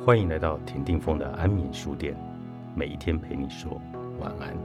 欢迎来到田定峰的安眠书店，每一天陪你说晚安。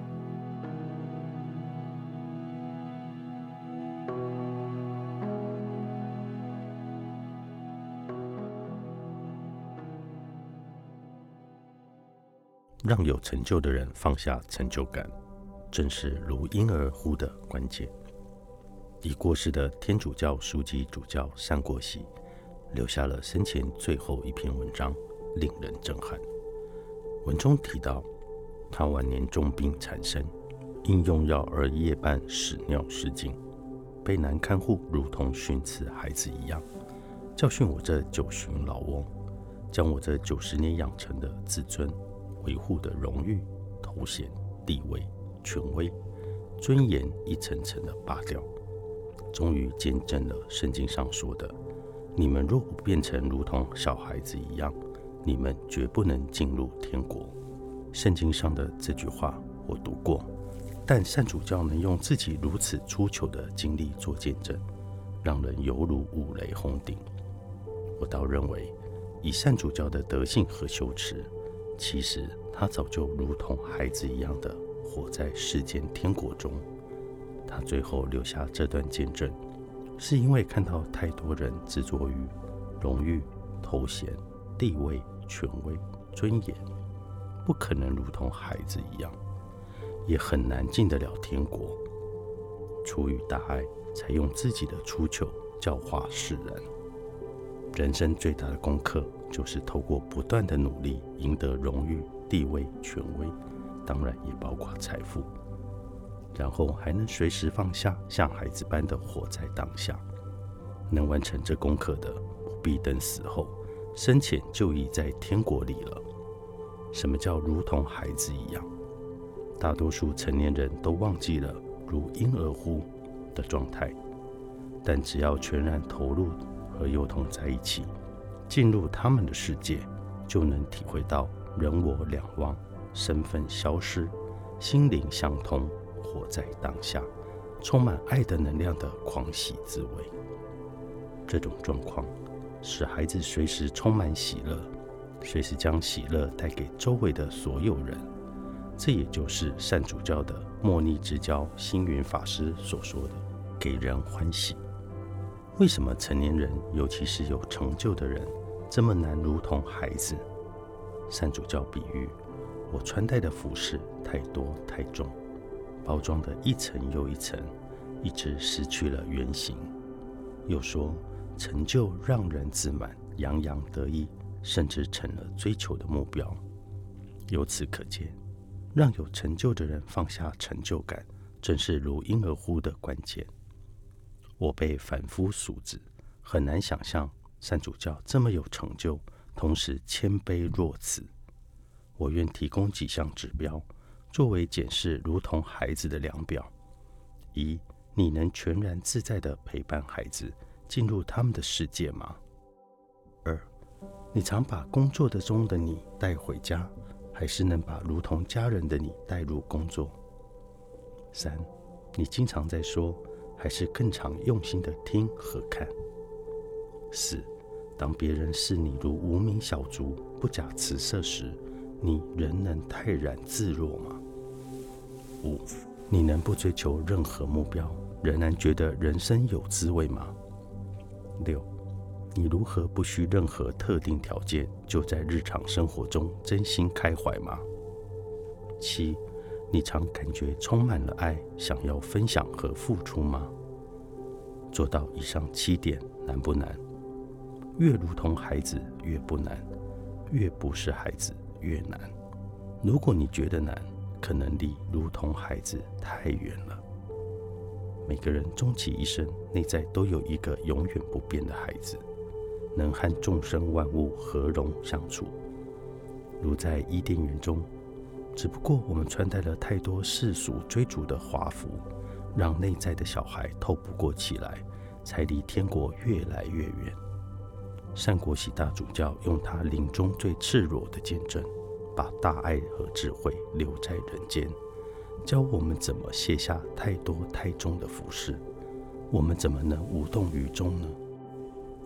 让有成就的人放下成就感，正是如婴儿呼的关键。已过世的天主教枢机主教单国璽留下了生前最后一篇文章，令人震撼。文中提到，他晚年重病缠身，因用药而夜半屎尿失禁，被男看护如同训斥孩子一样，教训我这九旬老翁，将我这90年养成的自尊维护的荣誉、头衔、地位、权威、尊严一层层的拔掉，终于见证了圣经上说的：你们若不变成如同小孩子一样，你们绝不能进入天国。圣经上的这句话我读过，但单主教能用自己如此出糗的经历做见证，让人犹如五雷轰顶。我倒认为，以单主教的德性和修持，其实他早就如同孩子一样的活在世间天国中。他最后留下这段见证，是因为看到太多人执着于荣誉、头衔、地位、权威、尊严，不可能如同孩子一样，也很难进得了天国。出于大爱，才用自己的出糗教化世人。人生最大的功课，就是透过不断的努力，赢得荣誉、地位、权威，当然也包括财富，然后还能随时放下，像孩子般的活在当下。能完成这功课的，不必等死后，生前就已在天国里了。什么叫如同孩子一样？大多数成年人都忘记了如婴儿呼的状态，但只要全然投入和幼童在一起，进入他们的世界，就能体会到人我两忘，身份消失，心灵相通，活在当下，充满爱的能量的狂喜滋味。这种状况使孩子随时充满喜乐，随时将喜乐带给周围的所有人。这也就是单主教的莫逆之交星云法师所说的给人欢喜。为什么成年人，尤其是有成就的人，这么难如同孩子？单主教比喻，我穿戴的服饰太多太重，包装的一层又一层，一直失去了原形。又说，成就让人自满，洋洋得意，甚至成了追求的目标。由此可见，让有成就的人放下成就感，正是如婴儿呼的关键。我被反复数指，很难想象单主教这么有成就，同时谦卑若此。我愿提供几项指标，作为检视如同孩子的量表。一，你能全然自在地陪伴孩子进入他们的世界吗？二，你常把工作中的你带回家，还是能把如同家人的你带入工作？三，你经常在说，还是更常用心的听和看？四，当别人视你如无名小卒，不假辞色时，你仍能泰然自若吗？五，你能不追求任何目标，仍然觉得人生有滋味吗？六，你如何不需任何特定条件，就在日常生活中真心开怀吗？七，你常感觉充满了爱，想要分享和付出吗？做到以上7点难不难？越如同孩子越不难，越不是孩子越难。如果你觉得难，可能离如同孩子太远了。每个人终其一生，内在都有一个永远不变的孩子，能和众生万物和融相处，如在伊甸园中。只不过我们穿戴了太多世俗追逐的华服，让内在的小孩透不过气来，才离天国越来越远。单国璽大主教用他临终最赤裸的见证，把大爱和智慧留在人间，教我们怎么卸下太多太重的服饰。我们怎么能无动于衷呢？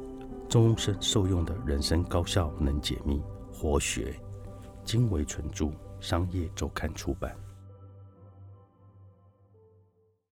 终身受用的人生高效能解密活学，精微纯著，商业周刊出版。